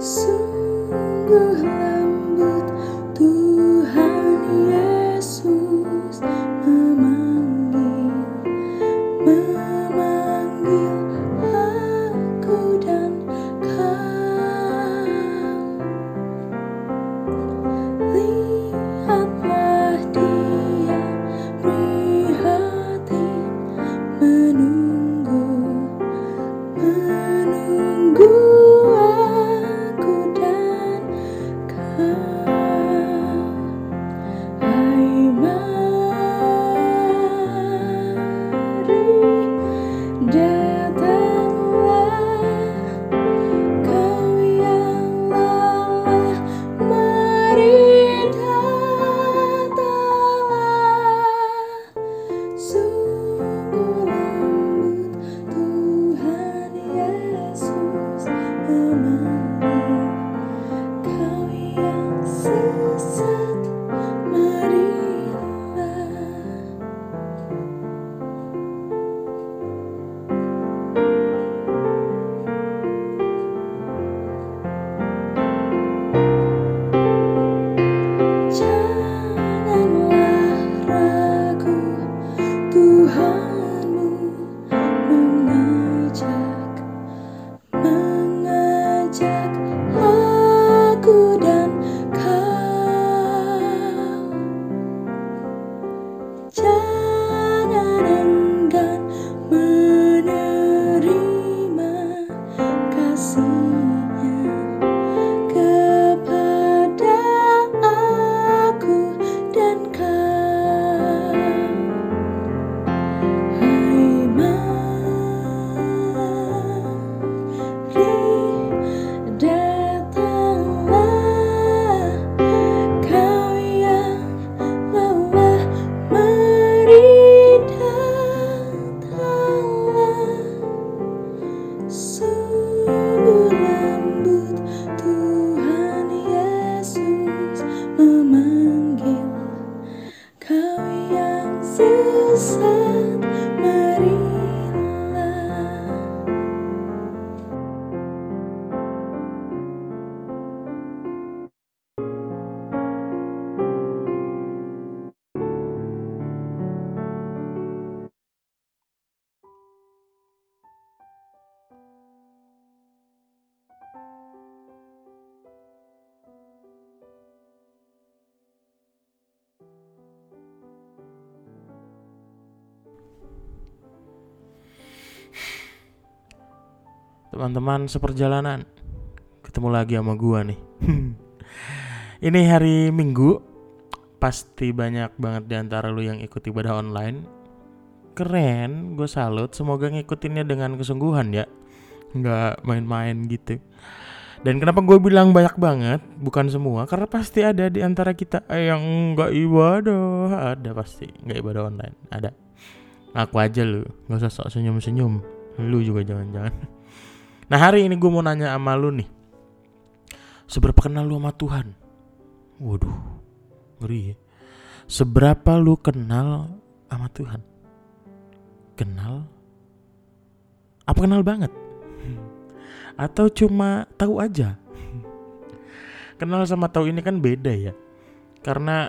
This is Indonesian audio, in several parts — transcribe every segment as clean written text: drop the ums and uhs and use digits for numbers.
Sungguh lembut Tuhan Yesus memanggil aku dan kau. Lihatlah Dia prihatin menunggu aku dan kau. Hai, mari datanglah kau yang lelah, mari datanglah. Sungguh lembut Tuhan Yesus memanggil kau yang sesat, marilah. Janganlah ragu, Tuhanmu mengajak aku dan kau. Jangan enggan menerima kasih-Nya kepada aku dan kau. Hai, mari datanglah kau yang lelah, mari datanglah. Sungguh lembut Tuhan Yesus memanggil kau yang sesat, marilah. Teman-teman seperjalanan, ketemu lagi sama gua nih. Ini hari Minggu, pasti banyak banget di antara lu yang ikut ibadah online. Keren, gue salut. Semoga ngikutinnya dengan kesungguhan ya, nggak main-main gitu. Dan kenapa gue bilang banyak banget, bukan semua, karena pasti ada di antara kita yang nggak ibadah. Ada pasti nggak ibadah online, ada. Ngaku aja lu, nggak usah sok senyum-senyum. Lu juga jangan-jangan. Nah, hari ini gue mau nanya sama lu nih, seberapa kenal lu sama Tuhan? Waduh, ngeri ya. Seberapa lu kenal sama Tuhan? Kenal? Apa kenal banget? Atau cuma tahu aja? Kenal sama tahu ini kan beda ya. Karena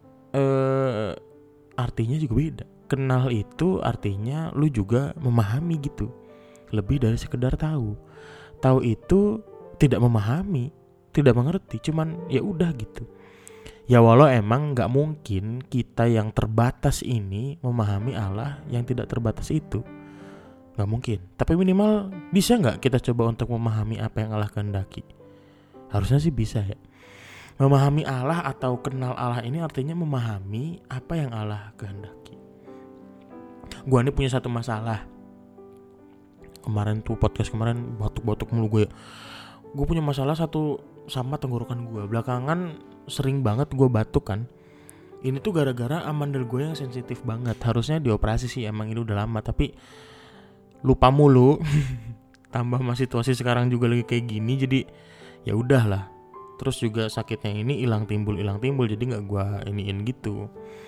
artinya juga beda. Kenal itu artinya lu juga memahami gitu. Lebih dari sekedar tahu. Tahu itu tidak memahami, tidak mengerti, cuman ya udah gitu. Ya walau emang gak mungkin kita yang terbatas ini memahami Allah yang tidak terbatas itu. Gak mungkin. Tapi minimal bisa gak kita coba untuk memahami apa yang Allah kehendaki? Harusnya sih bisa ya. Memahami Allah atau kenal Allah ini artinya memahami apa yang Allah kehendaki. Gua ini punya satu masalah. Kemarin tuh podcast kemarin batuk-batuk mulu gue. Gue punya masalah satu sama tenggorokan gue. Belakangan sering banget gue batuk kan. Ini tuh gara-gara amandel gue yang sensitif banget. Harusnya dioperasi sih, emang ini udah lama, tapi lupa mulu. Tambah masih situasi sekarang juga lagi kayak gini, jadi ya udahlah. Terus juga sakitnya ini hilang timbul jadi nggak gue iniin gitu.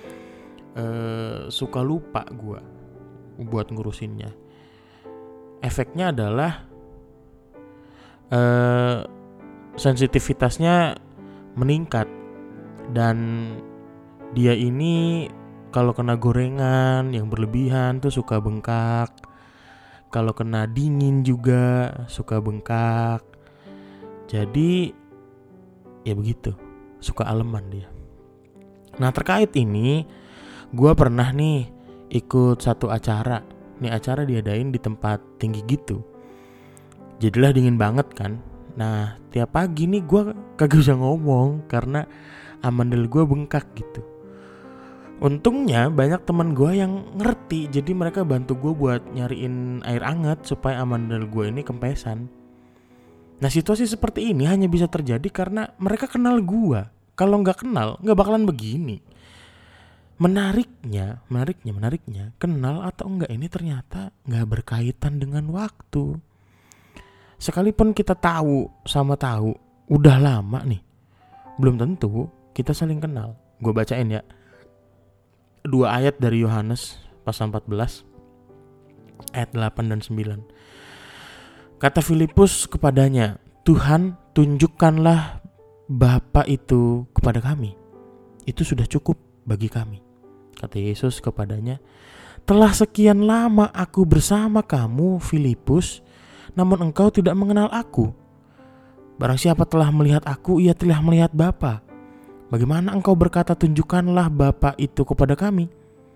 Suka lupa gue buat ngurusinnya. Efeknya adalah sensitivitasnya meningkat. Dan dia ini kalau kena gorengan yang berlebihan tuh suka bengkak. Kalau kena dingin juga suka bengkak. Jadi ya begitu, suka aleman dia. Nah terkait ini, gue pernah nih ikut satu acara. Nih acara diadain di tempat tinggi gitu. Jadilah dingin banget kan. Nah tiap pagi nih gue kagak bisa ngomong karena amandel gue bengkak gitu. Untungnya banyak teman gue yang ngerti, jadi mereka bantu gue buat nyariin air hangat supaya amandel gue ini kempesan. Nah situasi seperti ini hanya bisa terjadi karena mereka kenal gue. Kalau nggak kenal nggak bakalan begini. Menariknya, kenal atau enggak ini ternyata nggak berkaitan dengan waktu. Sekalipun kita tahu sama tahu udah lama nih, belum tentu kita saling kenal. Gue bacain ya. 2 ayat dari Yohanes pasal 14 ayat 8 dan 9. Kata Filipus kepadanya, Tuhan, tunjukkanlah Bapa itu kepada kami. Itu sudah cukup bagi kami. Kata Yesus kepadanya, telah sekian lama aku bersama kamu, Filipus, namun engkau tidak mengenal aku. Barang siapa telah melihat aku, ia telah melihat Bapa. Bagaimana engkau berkata tunjukkanlah Bapa itu kepada kami?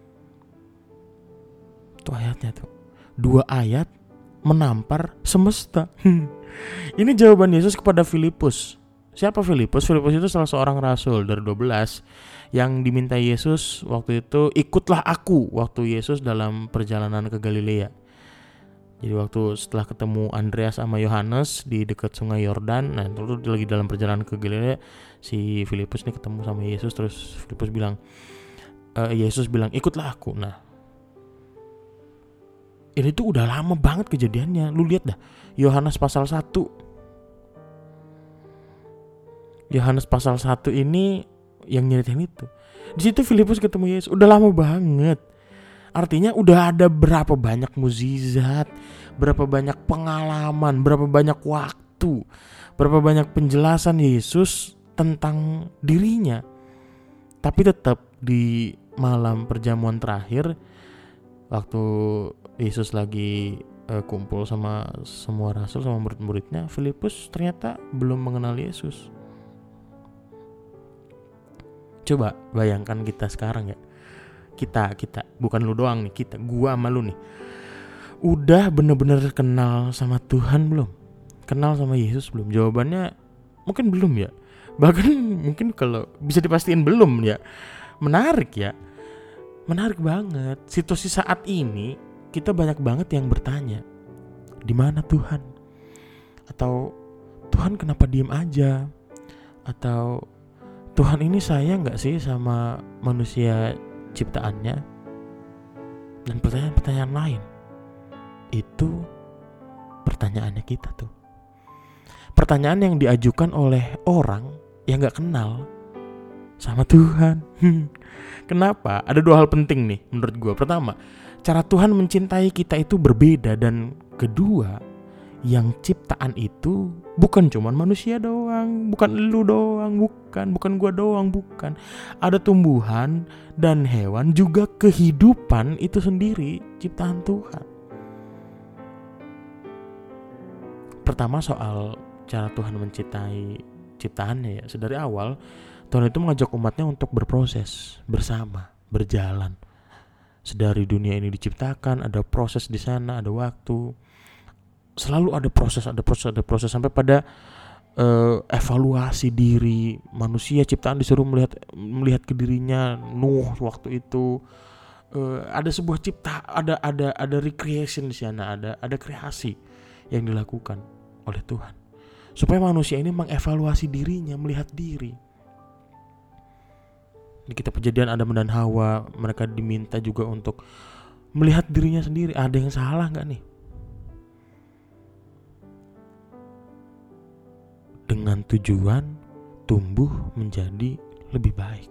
Itu ayatnya tuh. 2 ayat menampar semesta. Ini jawaban Yesus kepada Filipus. Siapa Filipus? Filipus itu salah seorang rasul dari 12 yang diminta Yesus waktu itu, ikutlah aku waktu Yesus dalam perjalanan ke Galilea. Jadi waktu setelah ketemu Andreas sama Yohanes di dekat sungai Yordan, nah itu lagi dalam perjalanan ke Galilea, si Filipus nih ketemu sama Yesus, terus Filipus bilang, Yesus bilang ikutlah aku. Nah ini tuh udah lama banget kejadiannya. Lu lihat dah, Yohanes pasal 1. Yohanes pasal 1 ini yang nyeritain itu. Di situ Filipus ketemu Yesus, udah lama banget. Artinya udah ada berapa banyak mukjizat, berapa banyak pengalaman, berapa banyak waktu, berapa banyak penjelasan Yesus tentang dirinya. Tapi tetap di malam perjamuan terakhir, waktu Yesus lagi kumpul sama semua rasul, sama murid-muridnya, Filipus ternyata belum mengenal Yesus. Coba bayangkan kita sekarang ya. Kita bukan lu doang nih, kita, gua sama lu nih, udah bener-bener kenal sama Tuhan belum? Kenal sama Yesus belum? Jawabannya mungkin belum ya. Bahkan mungkin kalau bisa dipastiin belum ya. Menarik ya. Menarik banget. Situasi saat ini kita banyak banget yang bertanya, di mana Tuhan? Atau Tuhan kenapa diem aja? Atau Tuhan ini sayang gak sih sama manusia ciptaannya? Dan pertanyaan-pertanyaan lain. Itu pertanyaannya kita tuh. Pertanyaan yang diajukan oleh orang yang gak kenal sama Tuhan. Kenapa? Ada 2 hal penting nih menurut gue. Pertama, cara Tuhan mencintai kita itu berbeda. Dan kedua, yang ciptaan itu bukan cuman manusia doang, bukan lu doang, bukan gua doang, bukan. Ada tumbuhan dan hewan, juga kehidupan itu sendiri ciptaan Tuhan. Pertama soal cara Tuhan mencintai ciptaannya ya. Sedari awal Tuhan itu mengajak umatnya untuk berproses bersama, berjalan. Sedari dunia ini diciptakan, ada proses di sana, ada waktu. Selalu ada proses sampai pada evaluasi diri manusia ciptaan, disuruh melihat ke dirinya. Nuh waktu itu ada sebuah ada recreation di sana, ada kreasi yang dilakukan oleh Tuhan supaya manusia ini mengevaluasi dirinya, melihat diri. Di kitab Kejadian Adam dan Hawa, mereka diminta juga untuk melihat dirinya sendiri. Ada yang salah nggak nih? Dengan tujuan tumbuh menjadi lebih baik.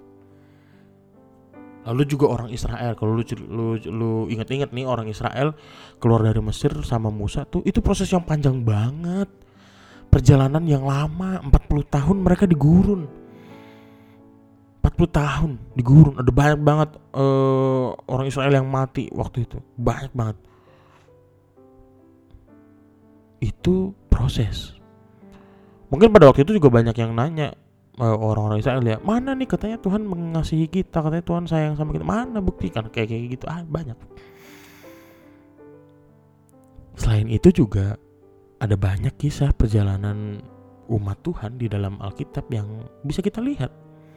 Lalu juga orang Israel, kalau lu ingat-ingat nih, orang Israel keluar dari Mesir sama Musa tuh, itu proses yang panjang banget. perjalanan yang lama, 40 tahun mereka di gurun. 40 tahun di gurun. Ada banyak banget orang Israel yang mati waktu itu. Banyak banget. Itu proses. Mungkin pada waktu itu juga banyak yang nanya, orang-orang Israel ya, mana nih katanya Tuhan mengasihi kita, katanya Tuhan sayang sama kita, mana buktikan kayak gitu. Banyak. Selain itu juga ada banyak kisah perjalanan umat Tuhan di dalam Alkitab yang bisa kita lihat.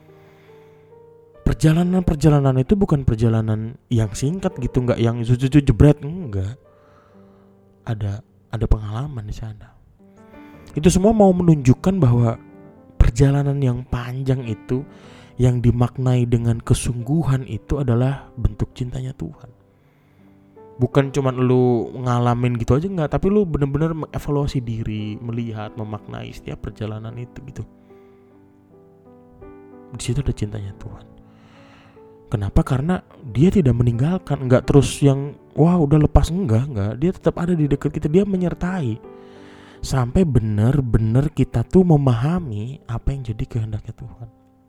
Perjalanan itu bukan perjalanan yang singkat gitu, nggak yang jebret, enggak. Ada pengalaman di sana. Itu semua mau menunjukkan bahwa perjalanan yang panjang itu, yang dimaknai dengan kesungguhan itu adalah bentuk cintanya Tuhan. Bukan cuman lu ngalamin gitu aja, enggak, tapi lu benar-benar mengevaluasi diri, melihat, memaknai setiap perjalanan itu gitu. Di situ ada cintanya Tuhan. Kenapa? Karena dia tidak meninggalkan, enggak terus yang wah udah lepas, enggak. Dia tetap ada di dekat kita, dia menyertai sampai benar-benar kita tuh memahami apa yang jadi kehendaknya Tuhan.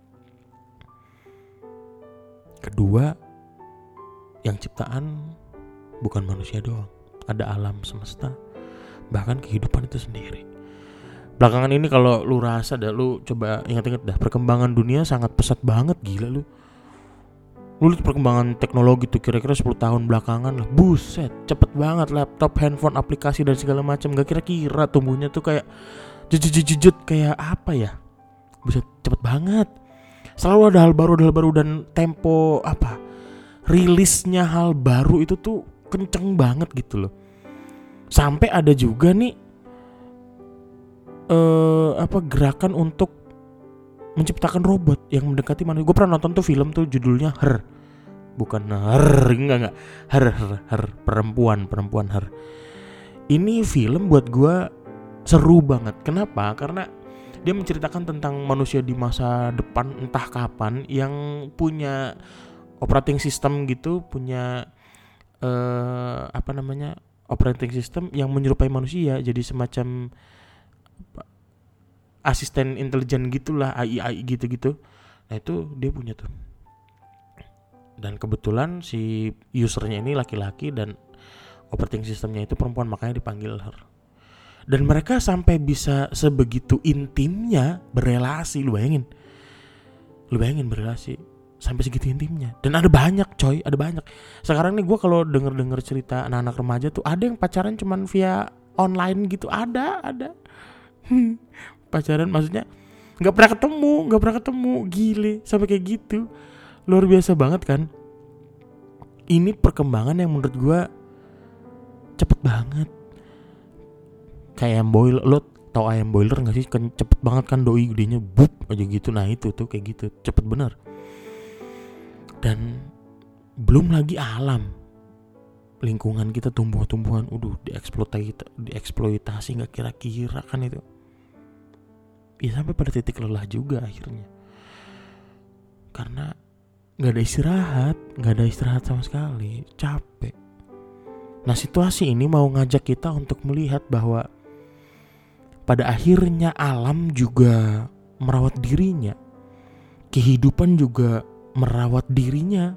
Kedua, yang ciptaan bukan manusia doang, ada alam semesta, bahkan kehidupan itu sendiri. Belakangan ini kalau lu rasa dah, lu coba ingat-ingat dah, perkembangan dunia sangat pesat banget, gila lu. Lu lihat perkembangan teknologi tuh kira-kira 10 tahun belakangan lah, buset, cepet banget. Laptop, handphone, aplikasi dan segala macam, gak kira-kira tumbuhnya tuh kayak jejut kayak apa ya, buset, cepet banget. Selalu ada hal baru dan tempo rilisnya hal baru itu tuh kenceng banget gitu loh. Sampai ada juga nih gerakan untuk menciptakan robot yang mendekati manusia. Gue pernah nonton tuh film tuh judulnya Her. Bukan enggak. Her, perempuan Her. Ini film buat gue seru banget. Kenapa? Karena dia menceritakan tentang manusia di masa depan entah kapan yang punya operating system gitu, punya operating system yang menyerupai manusia, jadi semacam asisten intelijen gitulah, AI gitu. Nah itu dia punya tuh. Dan kebetulan si usernya ini laki-laki dan operating systemnya itu perempuan, makanya dipanggil Her. Dan mereka sampai bisa sebegitu intimnya berelasi, lu bayangin berelasi sampai segitu intimnya. Dan ada banyak coy, ada banyak. Sekarang nih gue kalau denger cerita anak-anak remaja tuh ada yang pacaran cuman via online gitu, ada. Pacaran maksudnya nggak pernah ketemu, gile sampai kayak gitu, luar biasa banget kan. Ini perkembangan yang menurut gue cepet banget. Kayak ayam boiler, lo tau ayam boiler nggak sih? Kan cepet banget kan, doi gedenya bup aja gitu. Nah itu tuh kayak gitu, cepet bener. Dan belum lagi alam, lingkungan kita, tumbuh-tumbuhan, dieksploitasi nggak kira-kira kan itu. Ya sampai pada titik lelah juga akhirnya. Karena gak ada istirahat sama sekali, capek. Nah situasi ini mau ngajak kita untuk melihat bahwa pada akhirnya alam juga merawat dirinya, kehidupan juga merawat dirinya.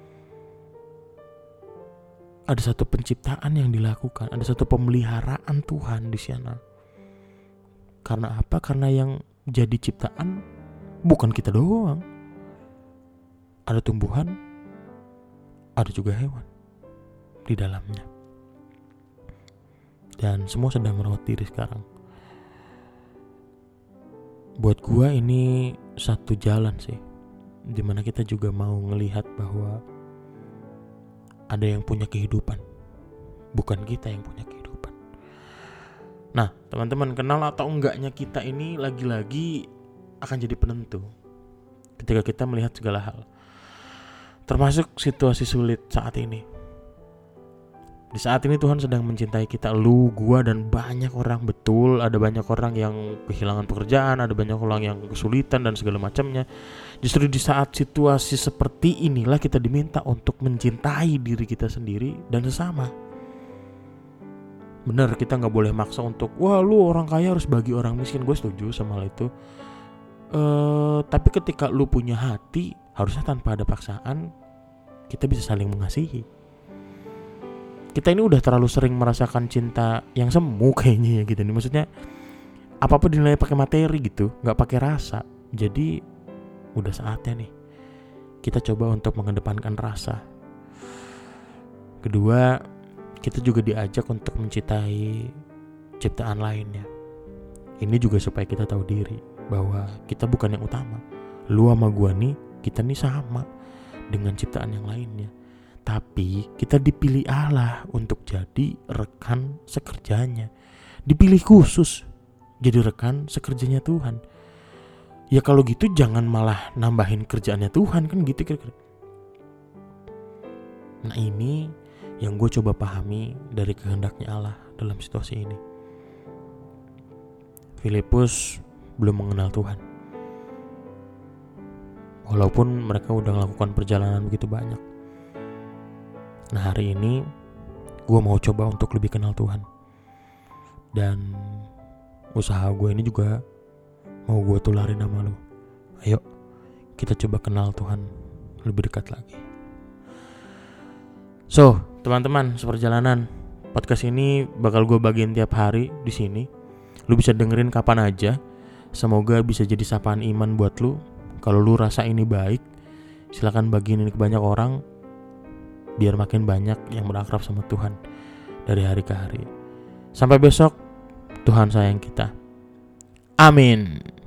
Ada satu penciptaan yang dilakukan, ada satu pemeliharaan Tuhan di sana. Karena apa? Karena yang jadi ciptaan bukan kita doang. Ada tumbuhan, ada juga hewan di dalamnya. Dan semua sedang merawat diri sekarang. Buat gua ini satu jalan sih, dimana kita juga mau ngelihat bahwa ada yang punya kehidupan, bukan kita yang punya kehidupan. Nah teman-teman, kenal atau enggaknya kita ini lagi-lagi akan jadi penentu ketika kita melihat segala hal, termasuk situasi sulit saat ini. Di saat ini Tuhan sedang mencintai kita, lu, gua, dan banyak orang. Betul, ada banyak orang yang kehilangan pekerjaan, ada banyak orang yang kesulitan dan segala macamnya. Justru di saat situasi seperti inilah kita diminta untuk mencintai diri kita sendiri dan sesama. Bener, kita gak boleh maksa untuk wah lu orang kaya harus bagi orang miskin. Gue setuju sama hal itu. Tapi ketika lu punya hati, harusnya tanpa ada paksaan kita bisa saling mengasihi. Kita ini udah terlalu sering merasakan cinta yang semu kayaknya ya gitu nih. Maksudnya apa-apa dinilai pakai materi gitu, gak pakai rasa. Jadi udah saatnya nih kita coba untuk mengedepankan rasa. Kedua, kita juga diajak untuk mencintai ciptaan lainnya. Ini juga supaya kita tahu diri bahwa kita bukan yang utama. Lu sama gua nih, kita nih sama dengan ciptaan yang lainnya. Tapi kita dipilih Allah untuk jadi rekan sekerjanya. Dipilih khusus jadi rekan sekerjanya Tuhan. Ya kalau gitu jangan malah nambahin kerjaannya Tuhan, kan gitu kira-kira. Nah ini yang gue coba pahami dari kehendaknya Allah dalam situasi ini. Filipus belum mengenal Tuhan, walaupun mereka udah melakukan perjalanan begitu banyak. Nah hari ini gue mau coba untuk lebih kenal Tuhan. Dan usaha gue ini juga mau gue tularin sama lu. Ayo kita coba kenal Tuhan lebih dekat lagi. So teman-teman, seperjalanan podcast ini bakal gue bagiin tiap hari di sini. Lu bisa dengerin kapan aja. Semoga bisa jadi sapaan iman buat lu. Kalau lu rasa ini baik, silakan bagiin ini ke banyak orang, biar makin banyak yang berakrab sama Tuhan dari hari ke hari. Sampai besok, Tuhan sayang kita. Amin.